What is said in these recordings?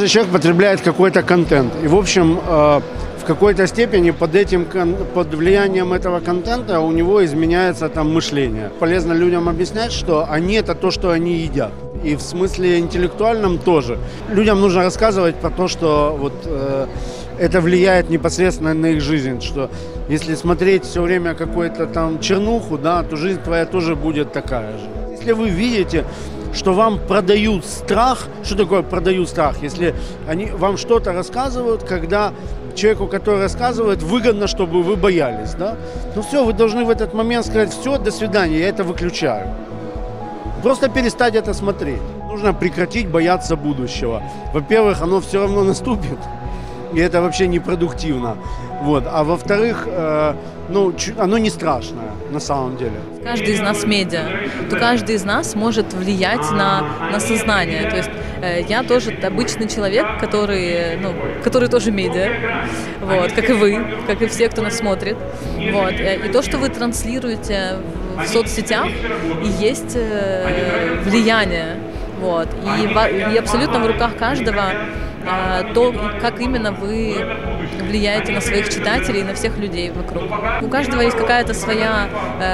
каждый человек потребляет какой-то контент. И, в общем, в какой-то степени под влиянием этого контента у него изменяется там мышление. Полезно людям объяснять, что они – это то, что они едят. И в смысле интеллектуальном тоже. Людям нужно рассказывать про то, что это влияет непосредственно на их жизнь. Что если смотреть все время какую-то там чернуху, да, то жизнь твоя тоже будет такая же. Если вы видите, что вам продают страх, что такое продают страх? Если они вам что-то рассказывают, когда человеку, который рассказывает, выгодно, чтобы вы боялись, да? Ну все, вы должны в этот момент сказать: все, до свидания, я это выключаю. Просто перестать это смотреть. Нужно прекратить бояться будущего. Во-первых, оно все равно наступит, и это вообще непродуктивно. Вот. А во-вторых, оно не страшное на самом деле. Каждый из нас медиа, то каждый из нас может влиять на сознание. То есть я тоже обычный человек, который тоже медиа, вот, как и вы, как и все, кто нас смотрит. Вот. И то, что вы транслируете в соцсетях, и есть влияние. Вот. И абсолютно в руках каждого то, как именно вы влияете на своих читателей и на всех людей вокруг. У каждого есть какая-то своя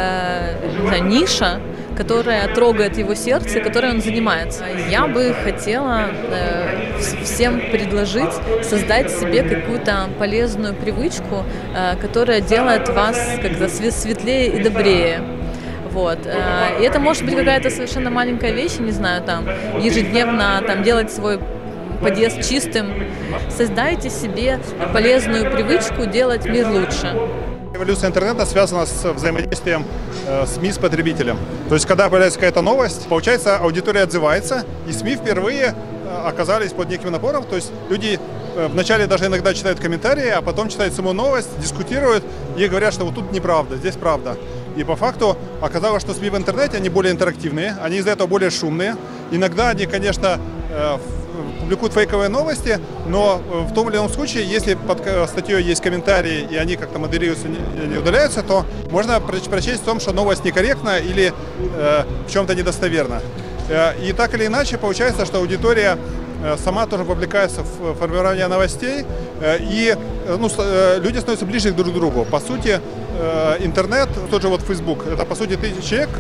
ниша, которая трогает его сердце, и которой он занимается. Я бы хотела всем предложить создать себе какую-то полезную привычку, которая делает вас как-то светлее и добрее. Вот. И это может быть какая-то совершенно маленькая вещь, не знаю, там, ежедневно там, делать свой подъезд чистым. Создайте себе полезную привычку делать мир лучше. Эволюция интернета связана с взаимодействием СМИ с потребителем. То есть, когда появляется какая-то новость, получается, аудитория отзывается, и СМИ впервые оказались под неким напором. То есть люди вначале даже иногда читают комментарии, а потом читают саму новость, дискутируют и говорят, что вот тут неправда, здесь правда. И по факту оказалось, что СМИ в интернете, они более интерактивные, они из-за этого более шумные. Иногда они, конечно, публикуют фейковые новости, но в том или ином случае, если под статьей есть комментарии и они как-то модерируются, не удаляются, то можно прочесть в том, что новость некорректна или в чем-то недостоверна. И так или иначе получается, что аудитория сама тоже вовлекается в формирование новостей, и люди становятся ближе друг к другу. По сути, интернет, тот же вот Facebook, это по сути ты человек,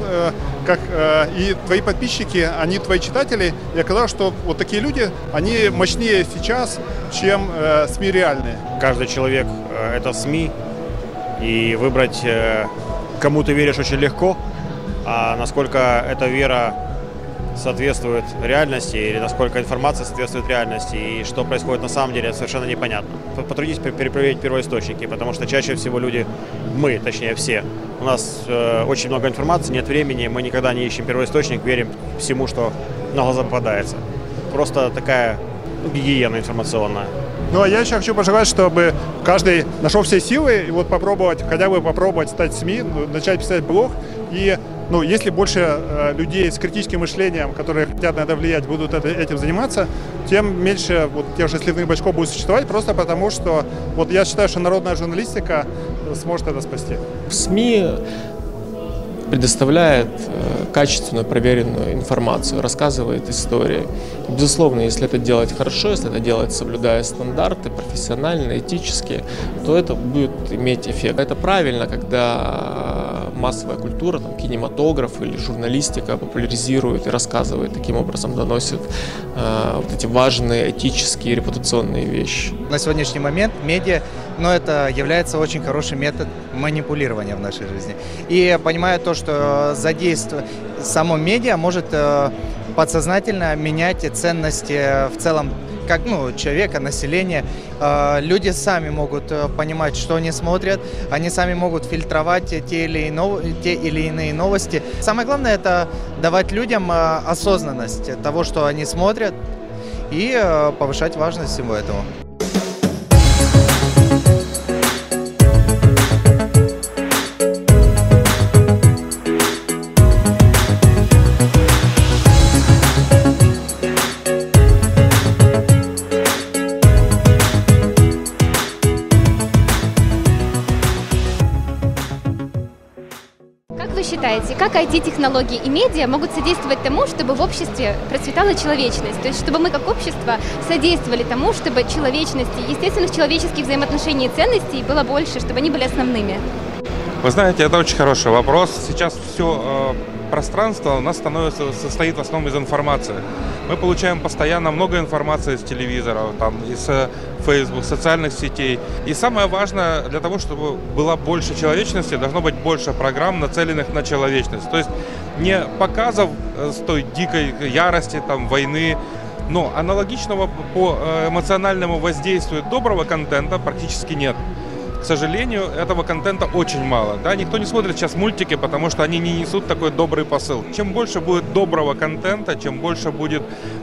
и твои подписчики, они твои читатели, и оказалось, что вот такие люди, они мощнее сейчас, чем СМИ реальные. Каждый человек – это СМИ, и выбрать, кому ты веришь, очень легко, а насколько эта вера соответствует реальности, или насколько информация соответствует реальности, и что происходит на самом деле, совершенно непонятно. Потрудитесь перепроверить первоисточники, потому что чаще всего люди, мы, точнее все, у нас очень много информации, нет времени, мы никогда не ищем первоисточник, верим всему, что на глаза попадается. Просто такая гигиена информационная. Ну, а я еще хочу пожелать, чтобы каждый нашел все силы и вот попробовать, хотя бы попробовать стать СМИ, начать писать блог. И, если больше людей с критическим мышлением, которые хотят на это влиять, будут этим заниматься, тем меньше вот тех же сливных бачков будет существовать, просто потому что вот я считаю, что народная журналистика сможет это спасти. СМИ предоставляет качественную, проверенную информацию, рассказывает истории. Безусловно, если это делать хорошо, если это делать соблюдая стандарты, профессионально, этически, то это будет иметь эффект. Это правильно, когда массовая культура, там, кинематограф или журналистика популяризирует и рассказывает, таким образом доносит вот эти важные этические и репутационные вещи. На сегодняшний момент медиа, это является очень хороший метод манипулирования в нашей жизни. И понимая то, что задействие само медиа может подсознательно менять ценности в целом как человека, населения. Люди сами могут понимать, что они смотрят, они сами могут фильтровать те или иные новости. Самое главное – это давать людям осознанность того, что они смотрят, и повышать важность всего этого. Как вы считаете, как IT-технологии и медиа могут содействовать тому, чтобы в обществе процветала человечность? То есть, чтобы мы как общество содействовали тому, чтобы человечности, естественных человеческих взаимоотношений и ценностей было больше, чтобы они были основными? Вы знаете, это очень хороший вопрос. Сейчас все пространство у нас состоит в основном из информации. Мы получаем постоянно много информации из телевизоров, там, из Facebook, социальных сетей. И самое важное, для того, чтобы было больше человечности, должно быть больше программ, нацеленных на человечность. То есть не показов с той дикой ярости, там, войны, но аналогичного по эмоциональному воздействию доброго контента практически нет. К сожалению, этого контента очень мало. Да? Никто не смотрит сейчас мультики, потому что они не несут такой добрый посыл. Чем больше будет доброго контента, чем больше будет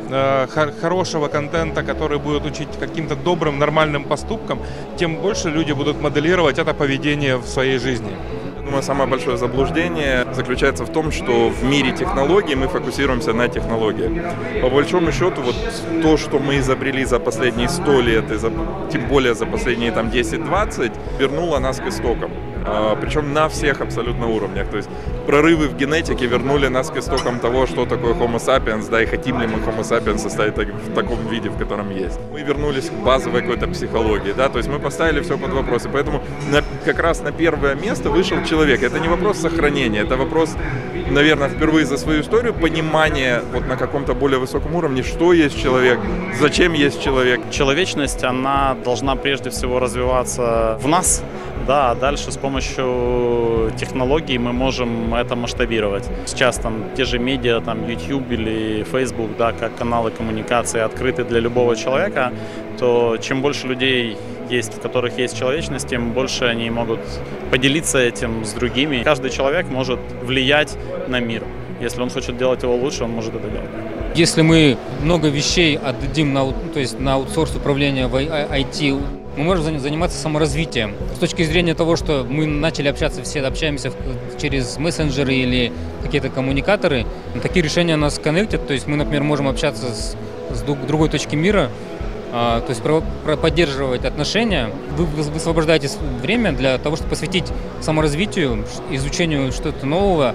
хорошего контента, который будет учить каким-то добрым, нормальным поступкам, тем больше люди будут моделировать это поведение в своей жизни. Думаю, самое большое заблуждение заключается в том, что в мире технологий мы фокусируемся на технологиях. По большому счету, вот то, что мы изобрели за последние 100 лет, и тем более за последние 10-20, вернуло нас к истокам. Причем на всех абсолютно уровнях. То есть прорывы в генетике вернули нас к истокам того, что такое Homo sapiens, да, и хотим ли мы Homo sapiens оставить в таком виде, в котором есть. Мы вернулись к базовой какой-то психологии, да, то есть мы поставили все под вопрос, и поэтому как раз на первое место вышел человек. Это не вопрос сохранения, это вопрос, наверное, впервые за свою историю понимания вот на каком-то более высоком уровне, что есть человек, зачем есть человек. Человечность, она должна прежде всего развиваться в нас, да, а дальше с помощью технологий мы можем это масштабировать. Сейчас там те же медиа, там YouTube или Facebook, да, как каналы коммуникации открыты для любого человека, то чем больше людей есть, в которых есть человечность, тем больше они могут поделиться этим с другими. Каждый человек может влиять на мир. Если он хочет делать его лучше, он может это делать. Если мы много вещей отдадим на аутсорс управления в IT, мы можем заниматься саморазвитием. С точки зрения того, что мы начали общаемся через мессенджеры или какие-то коммуникаторы, такие решения нас коннектят. То есть мы, например, можем общаться с другой точки мира, то есть поддерживать отношения. Вы высвобождаете время для того, чтобы посвятить саморазвитию, изучению что-то нового,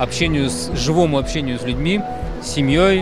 живому общению с людьми, с семьей,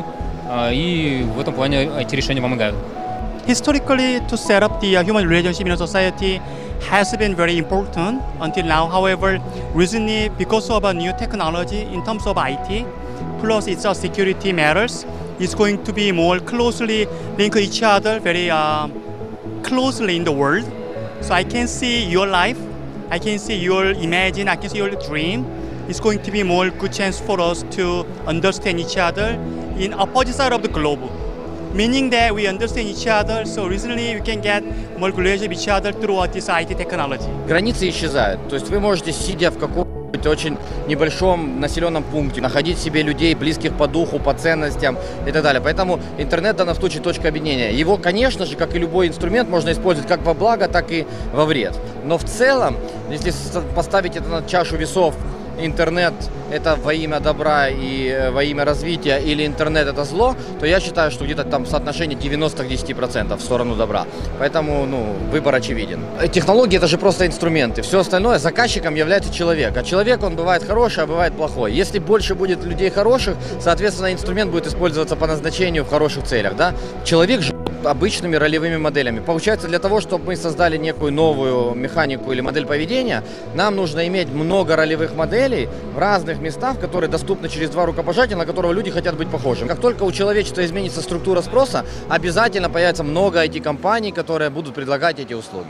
и в этом плане эти решения помогают. Historically, to set up the human relationship in a society has been very important until now. However, recently, because of a new technology in terms of IT, plus its security matters, it's going to be more closely linked each other very closely in the world. So I can see your life, I can see your imagine, I can see your dream. It's going to be more good chance for us to understand each other in opposite side of the globe. Meaning that we understand each other, so recently we can get more relationship with each other throughout this IT technology. Границы исчезают, то есть вы можете, сидя в каком-нибудь очень небольшом населенном пункте, находить себе людей, близких по духу, по ценностям и так далее. Поэтому интернет в данном случае точка объединения. Его, конечно же, как и любой инструмент, можно использовать как во благо, так и во вред. Но в целом, если поставить это на чашу весов, интернет – это во имя добра и во имя развития, или интернет – это зло, то я считаю, что где-то там соотношение 90 к 10% в сторону добра. Поэтому, выбор очевиден. Технологии – это же просто инструменты. Все остальное заказчиком является человек. А человек, он бывает хороший, а бывает плохой. Если больше будет людей хороших, соответственно, инструмент будет использоваться по назначению в хороших целях. Да? Человек же обычными ролевыми моделями. Получается, для того, чтобы мы создали некую новую механику или модель поведения, нам нужно иметь много ролевых моделей в разных местах, которые доступны через два рукопожатия, на которого люди хотят быть похожими. Как только у человечества изменится структура спроса, обязательно появится много IT-компаний, которые будут предлагать эти услуги.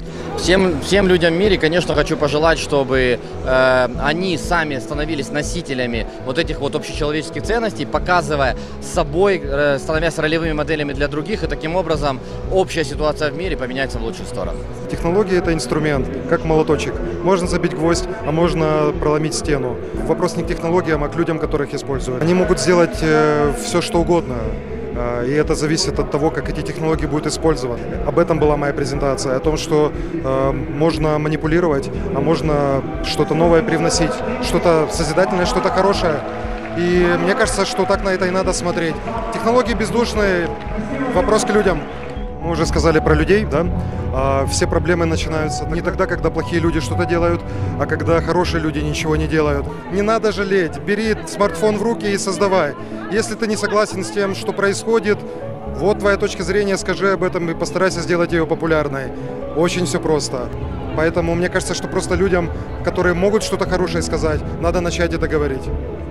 Всем людям в мире, конечно, хочу пожелать, чтобы они сами становились носителями вот этих вот общечеловеческих ценностей, показывая собой, становясь ролевыми моделями для других, и таким образом общая ситуация в мире поменяется в лучшую сторону. Технология – это инструмент, как молоточек. Можно забить гвоздь, а можно проломить стену. Вопрос не к технологиям, а к людям, которых используют. Они могут сделать все, что угодно. И это зависит от того, как эти технологии будут использованы. Об этом была моя презентация, о том, что можно манипулировать, а можно что-то новое привносить, что-то созидательное, что-то хорошее. И мне кажется, что так на это и надо смотреть. Технологии бездушные, вопрос к людям. Мы уже сказали про людей, да? Все проблемы начинаются не тогда, когда плохие люди что-то делают, а когда хорошие люди ничего не делают. Не надо жалеть, бери смартфон в руки и создавай. Если ты не согласен с тем, что происходит, вот твоя точка зрения, скажи об этом и постарайся сделать ее популярной. Очень все просто. Поэтому мне кажется, что просто людям, которые могут что-то хорошее сказать, надо начать это говорить.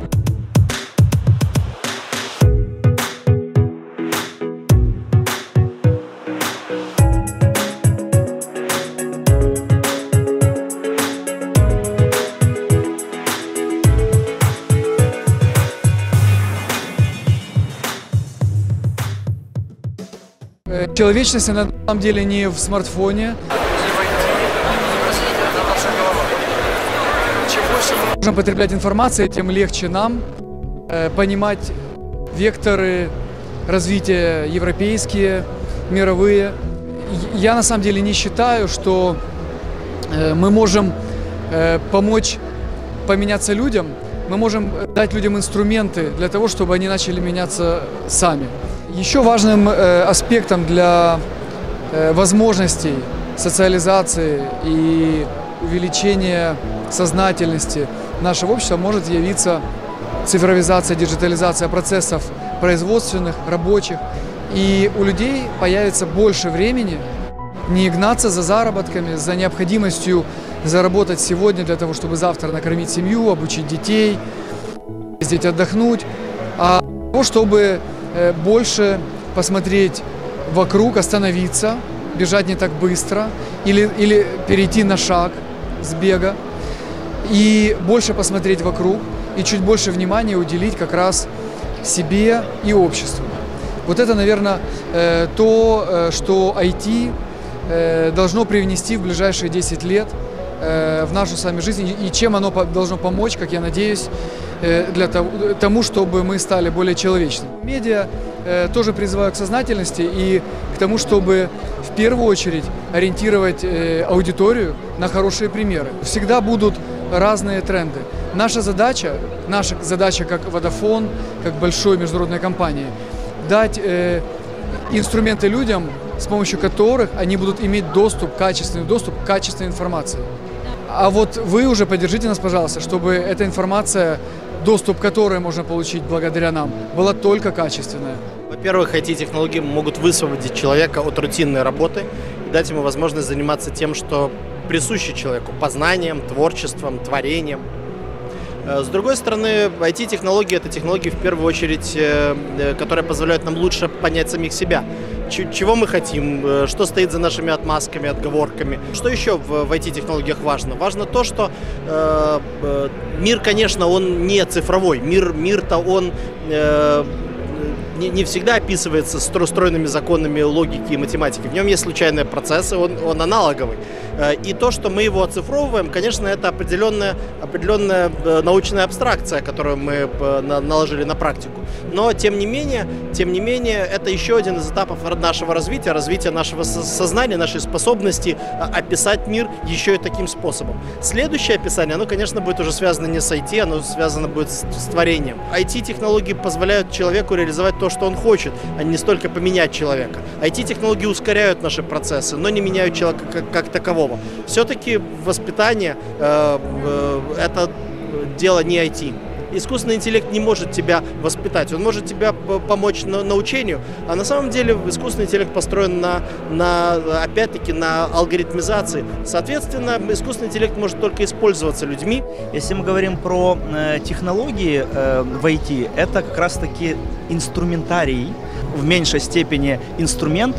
Человечность на самом деле не в смартфоне. Чем больше мы можем потреблять информации, тем легче нам понимать векторы развития европейские, мировые. Я на самом деле не считаю, что мы можем помочь поменяться людям. Мы можем дать людям инструменты для того, чтобы они начали меняться сами. Еще важным аспектом для возможностей социализации и увеличения сознательности нашего общества может явиться цифровизация, диджитализация процессов производственных, рабочих. И у людей появится больше времени не гнаться за заработками, за необходимостью заработать сегодня для того, чтобы завтра накормить семью, обучить детей, ездить отдохнуть, а для того, чтобы больше посмотреть вокруг, остановиться, бежать не так быстро или перейти на шаг с бега и больше посмотреть вокруг и чуть больше внимания уделить как раз себе и обществу. Вот это, наверное, то, что IT должно привнести в ближайшие 10 лет в нашу с вами жизнь и чем оно должно помочь, как я надеюсь, для тому, чтобы мы стали более человечными. Медиа тоже призываю к сознательности и к тому, чтобы в первую очередь ориентировать аудиторию на хорошие примеры. Всегда будут разные тренды. Наша задача как Vodafone, как большой международной компании, дать инструменты людям, с помощью которых они будут иметь качественный доступ к качественной информации. А вот вы уже поддержите нас, пожалуйста, чтобы эта информация, доступ к которой можно получить благодаря нам, была только качественная. Во-первых, IT-технологии могут высвободить человека от рутинной работы и дать ему возможность заниматься тем, что присуще человеку – познанием, творчеством, творением. С другой стороны, IT-технологии – это технологии, в первую очередь, которые позволяют нам лучше понять самих себя. Чего мы хотим, что стоит за нашими отмазками, отговорками. Что еще в IT-технологиях важно? Важно то, что мир, конечно, он не цифровой. Мир-то он не всегда описывается стройными законами логики и математики. В нем есть случайные процессы, он аналоговый. И то, что мы его оцифровываем, конечно, это определенная научная абстракция, которую мы наложили на практику. Но, тем не менее, это еще один из этапов нашего развития нашего сознания, нашей способности описать мир еще и таким способом. Следующее описание, оно, конечно, будет уже связано не с IT, оно связано будет с творением. IT-технологии позволяют человеку реализовать то, что он хочет, а не столько поменять человека. IT-технологии ускоряют наши процессы, но не меняют человека как такового. Все-таки воспитание это дело не IT. Искусственный интеллект не может тебя воспитать, он может тебе помочь научению, а на самом деле искусственный интеллект построен опять-таки на алгоритмизации. Соответственно, искусственный интеллект может только использоваться людьми. Если мы говорим про технологии в IT, это как раз-таки инструментарий, в меньшей степени инструмент,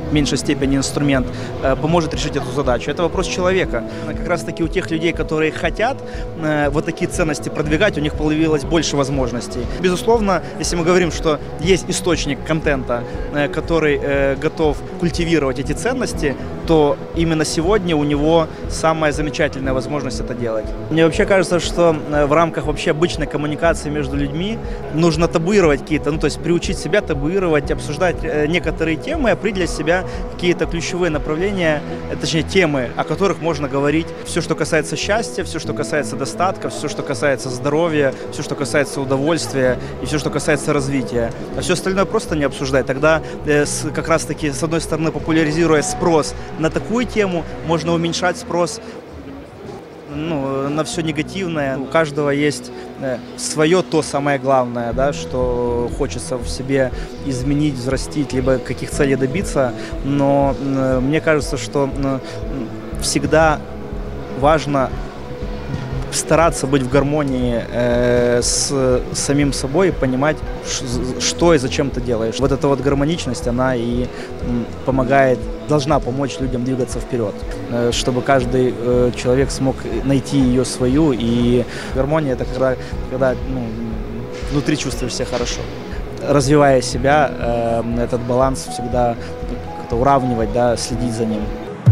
поможет решить эту задачу. Это вопрос человека. Как раз таки у тех людей, которые хотят вот такие ценности продвигать, у них появилось больше возможностей. Безусловно, если мы говорим, что есть источник контента, который готов культивировать эти ценности, то именно сегодня у него самая замечательная возможность это делать. Мне вообще кажется, что в рамках вообще обычной коммуникации между людьми нужно табуировать какие-то, то есть приучить себя табуировать, обсуждать некоторые темы, определить для себя себя какие-то ключевые направления, точнее темы, о которых можно говорить. Все, что касается счастья, все, что касается достатка, все, что касается здоровья, все, что касается удовольствия и все, что касается развития. А все остальное просто не обсуждать. Тогда как раз-таки, с одной стороны, популяризируя спрос на такую тему, можно уменьшать спрос на все негативное. У каждого есть свое то самое главное, да, что хочется в себе изменить, взрастить, либо каких целей добиться. Но мне кажется, что всегда важно стараться быть в гармонии с самим собой и понимать, что и зачем ты делаешь. Вот эта вот гармоничность, она и помогает, должна помочь людям двигаться вперед, чтобы каждый человек смог найти ее свою. И гармония — это когда внутри чувствуешь себя хорошо. Развивая себя, этот баланс всегда как-то уравнивать, да, следить за ним.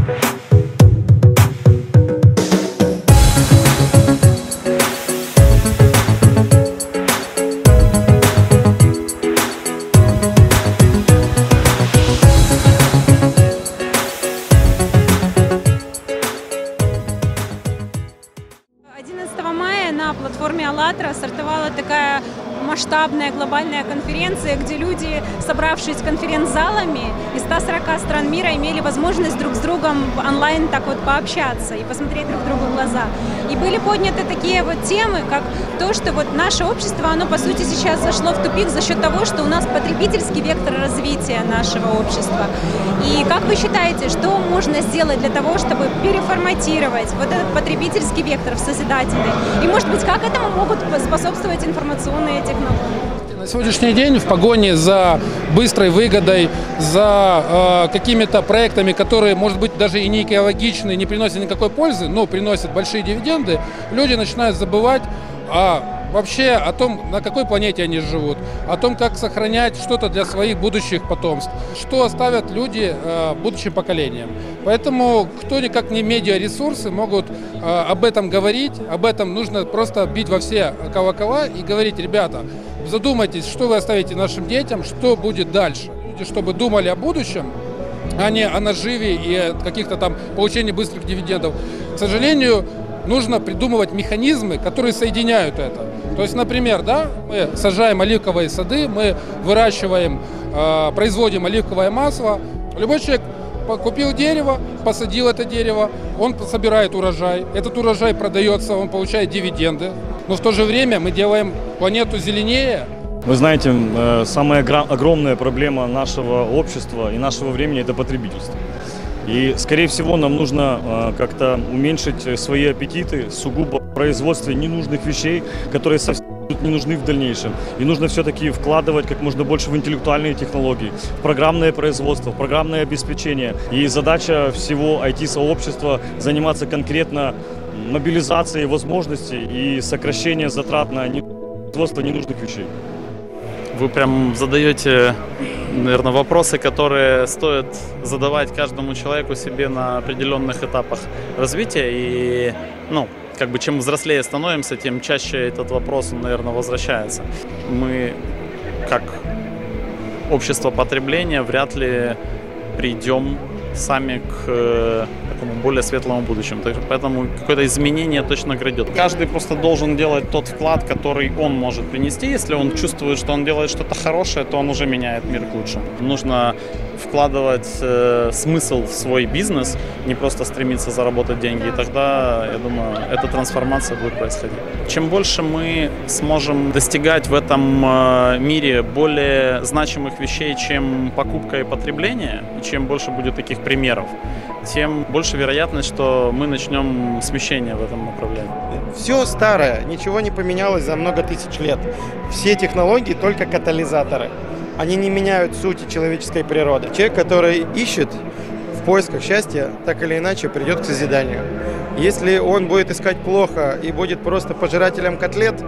11 мая на платформе «АЛЛАТРА» стартовала такая масштабная глобальная конференция, где люди, собравшись конференц-залами из 140 стран мира, имели возможность друг с другом онлайн так вот пообщаться и посмотреть друг другу в глаза. И были подняты такие вот темы, как то, что вот наше общество, оно по сути сейчас зашло в тупик за счет того, что у нас потребительский вектор развития нашего общества. И как вы считаете, что можно сделать для того, чтобы переформатировать вот этот потребительский вектор в созидательный? И, может быть, как этому могут способствовать информационные технологии? На сегодняшний день в погоне за быстрой выгодой, за какими-то проектами, которые, может быть, даже и не экологичны, не приносят никакой пользы, но приносят большие дивиденды, люди начинают забывать вообще о том, на какой планете они живут, о том, как сохранять что-то для своих будущих потомств, что оставят люди будущим поколениям. Поэтому кто-никак не медиаресурсы могут об этом говорить, об этом нужно просто бить во все колокола и говорить: ребята, задумайтесь, что вы оставите нашим детям, что будет дальше. Люди, чтобы думали о будущем, а не о наживе и о каких-то там получении быстрых дивидендов. К сожалению, нужно придумывать механизмы, которые соединяют это. То есть, например, да, мы сажаем оливковые сады, мы выращиваем, производим оливковое масло. Любой человек купил дерево, посадил это дерево, он собирает урожай. Этот урожай продается, он получает дивиденды. Но в то же время мы делаем планету зеленее. Вы знаете, самая огромная проблема нашего общества и нашего времени – это потребительство. И, скорее всего, нам нужно как-то уменьшить свои аппетиты сугубо в производстве ненужных вещей, которые совсем не нужны в дальнейшем. И нужно все-таки вкладывать как можно больше в интеллектуальные технологии, в программное производство, в программное обеспечение. И задача всего IT-сообщества заниматься конкретно мобилизацией возможностей и сокращением затрат на производство ненужных вещей. Вы прям задаете, наверное, вопросы, которые стоит задавать каждому человеку себе на определенных этапах развития. И, чем взрослее становимся, тем чаще этот вопрос, наверное, возвращается. Мы, как общество потребления, вряд ли придем сами к такому более светлому будущему. Поэтому какое-то изменение точно грядет. Каждый просто должен делать тот вклад, который он может принести. Если он чувствует, что он делает что-то хорошее, то он уже меняет мир к лучшему. Нужно вкладывать смысл в свой бизнес, не просто стремиться заработать деньги. И тогда, я думаю, эта трансформация будет происходить. Чем больше мы сможем достигать в этом мире более значимых вещей, чем покупка и потребление, и чем больше будет таких примеров, тем больше вероятность, что мы начнем смещение в этом направлении. Все старое, ничего не поменялось за много тысяч лет. Все технологии только катализаторы. Они не меняют сути человеческой природы. Человек, который ищет в поисках счастья, так или иначе придет к созиданию. Если он будет искать плохо и будет просто пожирателем котлет,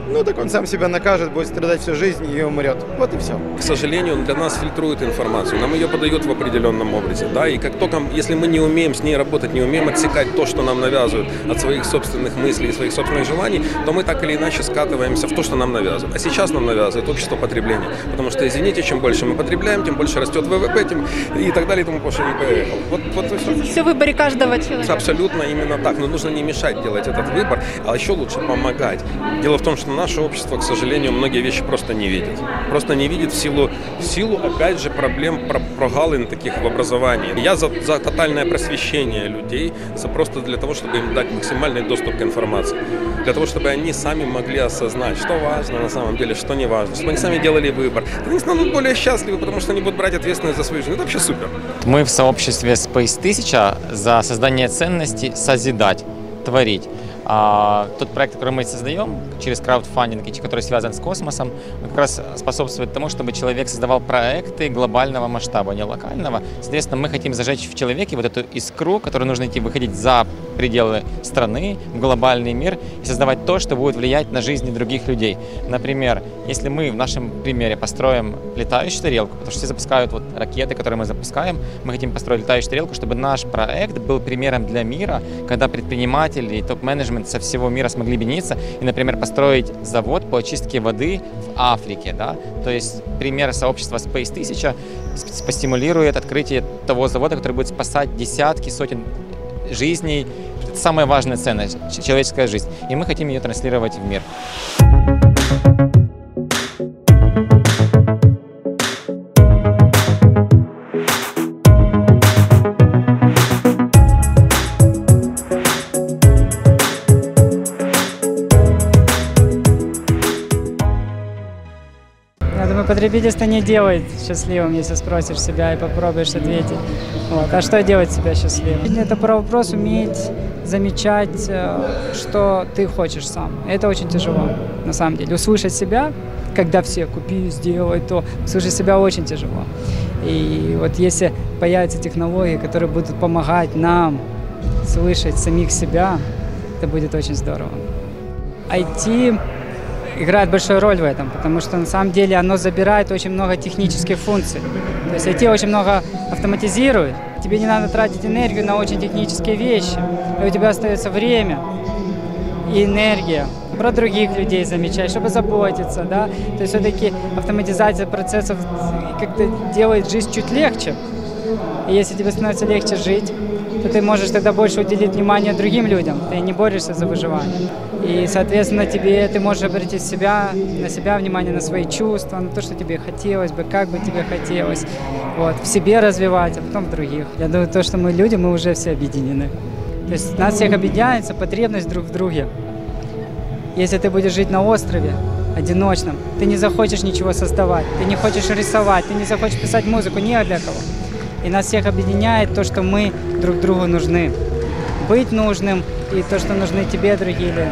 ну так он сам себя накажет, будет страдать всю жизнь и умрет. Вот и все. К сожалению, он для нас фильтрует информацию, нам ее подают в определенном образе, да, и как только, если мы не умеем с ней работать, не умеем отсекать то, что нам навязывают от своих собственных мыслей и своих собственных желаний, то мы так или иначе скатываемся в то, что нам навязывают. А сейчас нам навязывает общество потребления, потому что, извините, чем больше мы потребляем, тем больше растет ВВП, тем и так далее, и тому пошло, и поехало. Вот и все. Все в выборе каждого человека. Абсолютно именно так, но нужно не мешать делать этот выбор, а еще лучше помогать. Дело в том, что наше общество, к сожалению, многие вещи просто не видит. Просто не видит в силу опять же, проблем, прогалин таких в образовании. Я за тотальное просвещение людей, просто для того, чтобы им дать максимальный доступ к информации. Для того, чтобы они сами могли осознать, что важно на самом деле, что не важно. Чтобы они сами делали выбор. Они станут более счастливы, потому что они будут брать ответственность за свою жизнь. Это вообще супер. Мы в сообществе Space 1000 за создание ценностей, созидать, творить. Тот проект, который мы создаем через краудфандинг, который связан с космосом, он как раз способствует тому, чтобы человек создавал проекты глобального масштаба, не локального. Соответственно, мы хотим зажечь в человеке вот эту искру, которую нужно идти выходить за пределы страны, в глобальный мир и создавать то, что будет влиять на жизни других людей. Например, если мы в нашем примере построим летающую тарелку, потому что все запускают вот ракеты, которые мы запускаем, мы хотим построить летающую тарелку, чтобы наш проект был примером для мира, когда предприниматели и топ-менеджмент со всего мира смогли объединиться и, например, построить завод по очистке воды в Африке. Да? То есть пример сообщества Space 1000 постимулирует открытие того завода, который будет спасать десятки, сотен жизней. Это самая важная ценность – человеческая жизнь. И мы хотим ее транслировать в мир. Потребительство не делает счастливым, если спросишь себя и попробуешь ответить. Вот. А что делает себя счастливым? Это про вопрос уметь замечать, что ты хочешь сам. Это очень тяжело, на самом деле. Услышать себя, когда все «купи, сделай то», услышать себя очень тяжело. И вот если появятся технологии, которые будут помогать нам слышать самих себя, это будет очень здорово. IT играет большую роль в этом, потому что на самом деле оно забирает очень много технических функций. То есть IT очень много автоматизирует, тебе не надо тратить энергию на очень технические вещи, и у тебя остается время и энергия про других людей замечать, чтобы заботиться, да. То есть все-таки автоматизация процессов как-то делает жизнь чуть легче. И если тебе становится легче жить, то ты можешь тогда больше уделить внимание другим людям, ты не борешься за выживание. И, соответственно, ты можешь обратить на себя внимание, на свои чувства, на то, что тебе хотелось бы, как бы тебе хотелось, вот, в себе развивать, а потом в других. Я думаю, то, что мы люди, мы уже все объединены. То есть нас всех объединяется потребность друг в друге. Если ты будешь жить на острове, одиночном, ты не захочешь ничего создавать, ты не хочешь рисовать, ты не захочешь писать музыку, ни для кого. И нас всех объединяет то, что мы друг другу нужны. Быть нужным и то, что нужны тебе другие люди.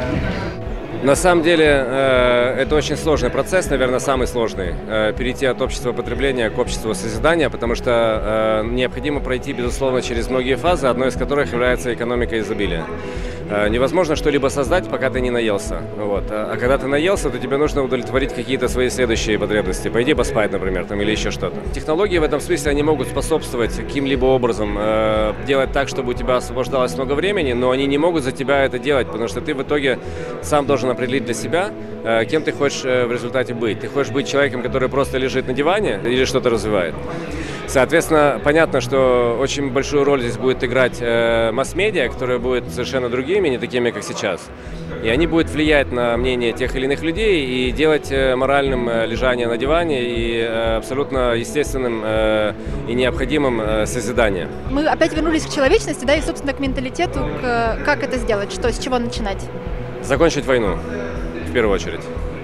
На самом деле это очень сложный процесс, наверное, самый сложный. Перейти от общества потребления к обществу созидания, потому что необходимо пройти, безусловно, через многие фазы, одной из которых является экономика изобилия. Невозможно что-либо создать, пока ты не наелся. Вот. А когда ты наелся, то тебе нужно удовлетворить какие-то свои следующие потребности. Пойди поспать, например, там, или еще что-то. Технологии в этом смысле, они могут способствовать каким-либо образом делать так, чтобы у тебя освобождалось много времени, но они не могут за тебя это делать, потому что ты в итоге сам должен определить для себя, кем ты хочешь в результате быть. Ты хочешь быть человеком, который просто лежит на диване или что-то развивает. Соответственно, понятно, что очень большую роль здесь будет играть масс-медиа, которые будут совершенно другими, не такими, как сейчас. И они будут влиять на мнение тех или иных людей и делать моральным лежание на диване и абсолютно естественным и необходимым созидание. Мы опять вернулись к человечности, да, и, собственно, к менталитету, как это сделать, с чего начинать? Закончить войну, в первую очередь.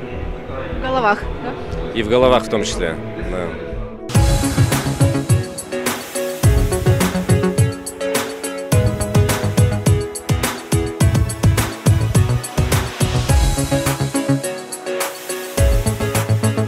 В головах, да? И в головах в том числе, да.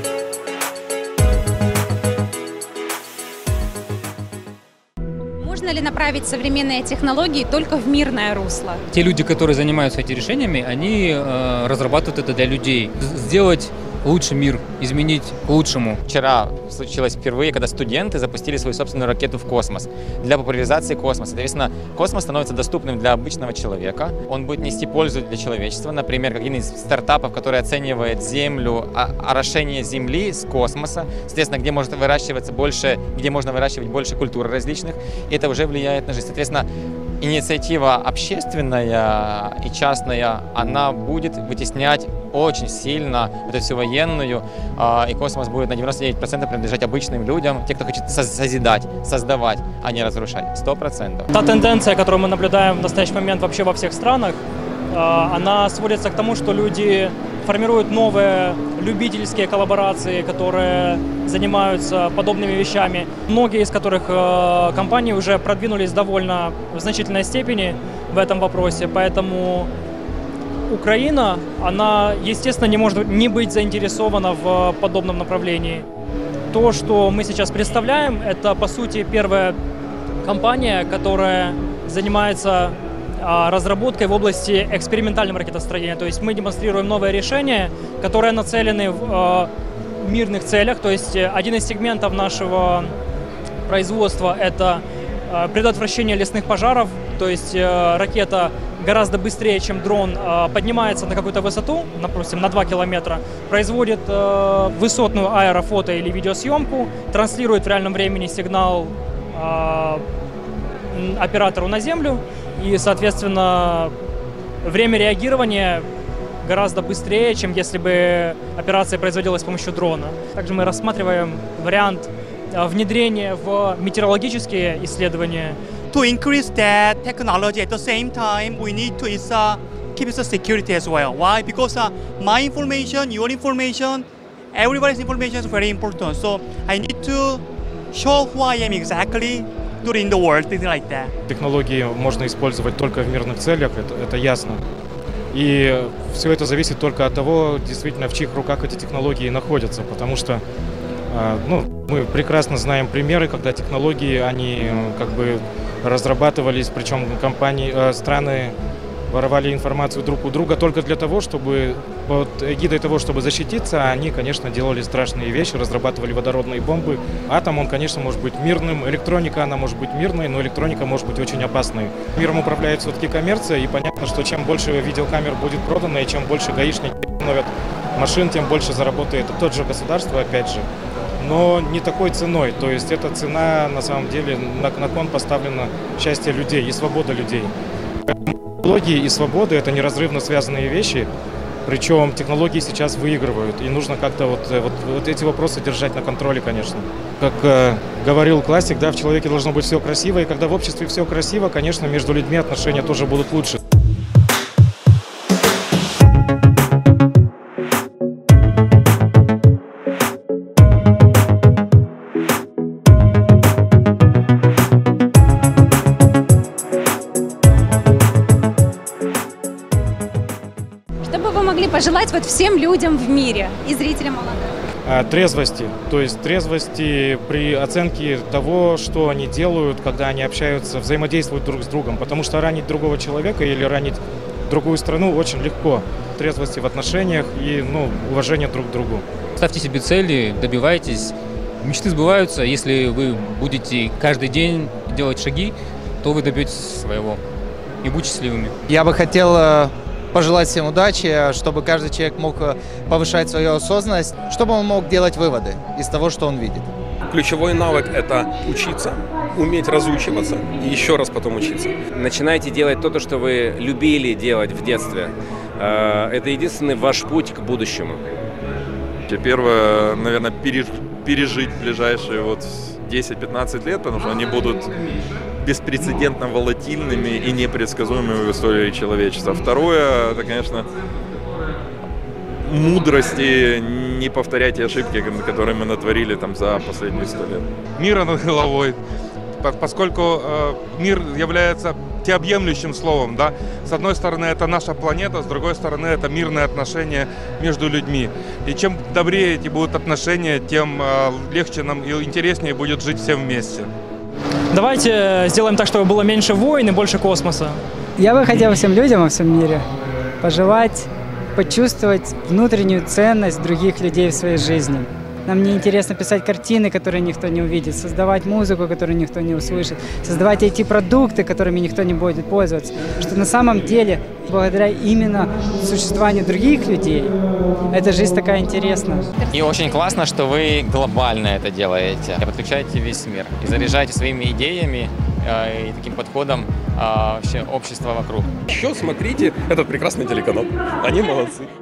Можно ли ли направить современные технологии только в мирное русло? Те люди, которые занимаются этими решениями, они разрабатывают это для людей. Сделать лучше мир, изменить к лучшему. Вчера случилось впервые, когда студенты запустили свою собственную ракету в космос для популяризации космоса. Соответственно, космос становится доступным для обычного человека. Он будет нести пользу для человечества. Например, как один из стартапов, который оценивает Землю, орошение Земли с космоса. Соответственно, где можно выращивать больше культур различных. И это уже влияет на жизнь. Соответственно, инициатива общественная и частная, она будет вытеснять очень сильно эту всю военную, и космос будет на 99% принадлежать обычным людям, те, кто хочет созидать, создавать, а не разрушать. 100%. Та тенденция, которую мы наблюдаем в настоящий момент вообще во всех странах, она сводится к тому, что люди формируют новые любительские коллаборации, которые занимаются подобными вещами. Многие из которых компании уже продвинулись довольно в значительной степени в этом вопросе, поэтому Украина, она, естественно, не может не быть заинтересована в подобном направлении. То, что мы сейчас представляем, это, по сути, первая компания, которая занимается разработкой в области экспериментального ракетостроения. То есть мы демонстрируем новые решения, которые нацелены в мирных целях. То есть один из сегментов нашего производства – это предотвращение лесных пожаров. То есть ракета гораздо быстрее, чем дрон, поднимается на какую-то высоту, допустим, на 2 километра, производит высотную аэрофото или видеосъемку, транслирует в реальном времени сигнал оператору на землю, и, соответственно, время реагирования гораздо быстрее, чем если бы операция производилась с помощью дрона. Также мы рассматриваем вариант внедрения в метеорологические исследования. To increase that technology at the same time, we need to keep its security as well. Why? Because my information, your information, everybody's information is very important. So I need to show who I am exactly during the world, things like that. Технологии можно использовать только в мирных целях, это ясно. И все это зависит только от того, действительно, в чьих руках эти технологии находятся, потому что мы прекрасно знаем примеры, когда технологии, они как бы разрабатывались, причем страны воровали информацию друг у друга только для того, чтобы, под эгидой того, чтобы защититься, они, конечно, делали страшные вещи, разрабатывали водородные бомбы. Атом, он, конечно, может быть мирным, электроника, она может быть мирной, но электроника может быть очень опасной. Миром управляет все-таки коммерция, и понятно, что чем больше видеокамер будет продано, и чем больше гаишники установят машин, тем больше заработает тот же государство, опять же. Но не такой ценой, то есть эта цена, на самом деле, на кон поставлена счастье людей и свобода людей. Технологии и свобода – это неразрывно связанные вещи, причем технологии сейчас выигрывают, и нужно как-то вот эти вопросы держать на контроле, конечно. Как говорил классик, да, в человеке должно быть все красиво, и когда в обществе все красиво, конечно, между людьми отношения тоже будут лучше. Пожелать всем людям в мире и зрителям Алатыря? Трезвости, то есть трезвости при оценке того, что они делают, когда они общаются, взаимодействуют друг с другом, потому что ранить другого человека или ранить другую страну очень легко. Трезвости в отношениях и уважение друг к другу. Ставьте себе цели, добивайтесь. Мечты сбываются, если вы будете каждый день делать шаги, то вы добьетесь своего и будьте счастливыми. Я бы хотел пожелать всем удачи, чтобы каждый человек мог повышать свою осознанность, чтобы он мог делать выводы из того, что он видит. Ключевой навык – это учиться, уметь разучиваться и еще раз потом учиться. Начинайте делать то, что вы любили делать в детстве. Это единственный ваш путь к будущему. Первое, наверное, пережить ближайшие 10-15 лет, потому что они будут беспрецедентно волатильными и непредсказуемыми в истории человечества. Второе, это, конечно, мудрости не повторять те ошибки, которые мы натворили за последние 100 лет. Мира над головой, поскольку мир является всеобъемлющим словом, да. С одной стороны, это наша планета, с другой стороны, это мирные отношения между людьми. И чем добрее эти будут отношения, тем легче нам и интереснее будет жить всем вместе. Давайте сделаем так, чтобы было меньше войн и больше космоса. Я бы хотел всем людям во всем мире пожелать почувствовать внутреннюю ценность других людей в своей жизни. Нам не интересно писать картины, которые никто не увидит, создавать музыку, которую никто не услышит, создавать IT-продукты, которыми никто не будет пользоваться. Что на самом деле, благодаря именно существованию других людей, эта жизнь такая интересная. И очень классно, что вы глобально это делаете. Подключаете весь мир и заряжаете своими идеями и таким подходом вообще общество вокруг. Еще смотрите этот прекрасный телеканал. Они молодцы.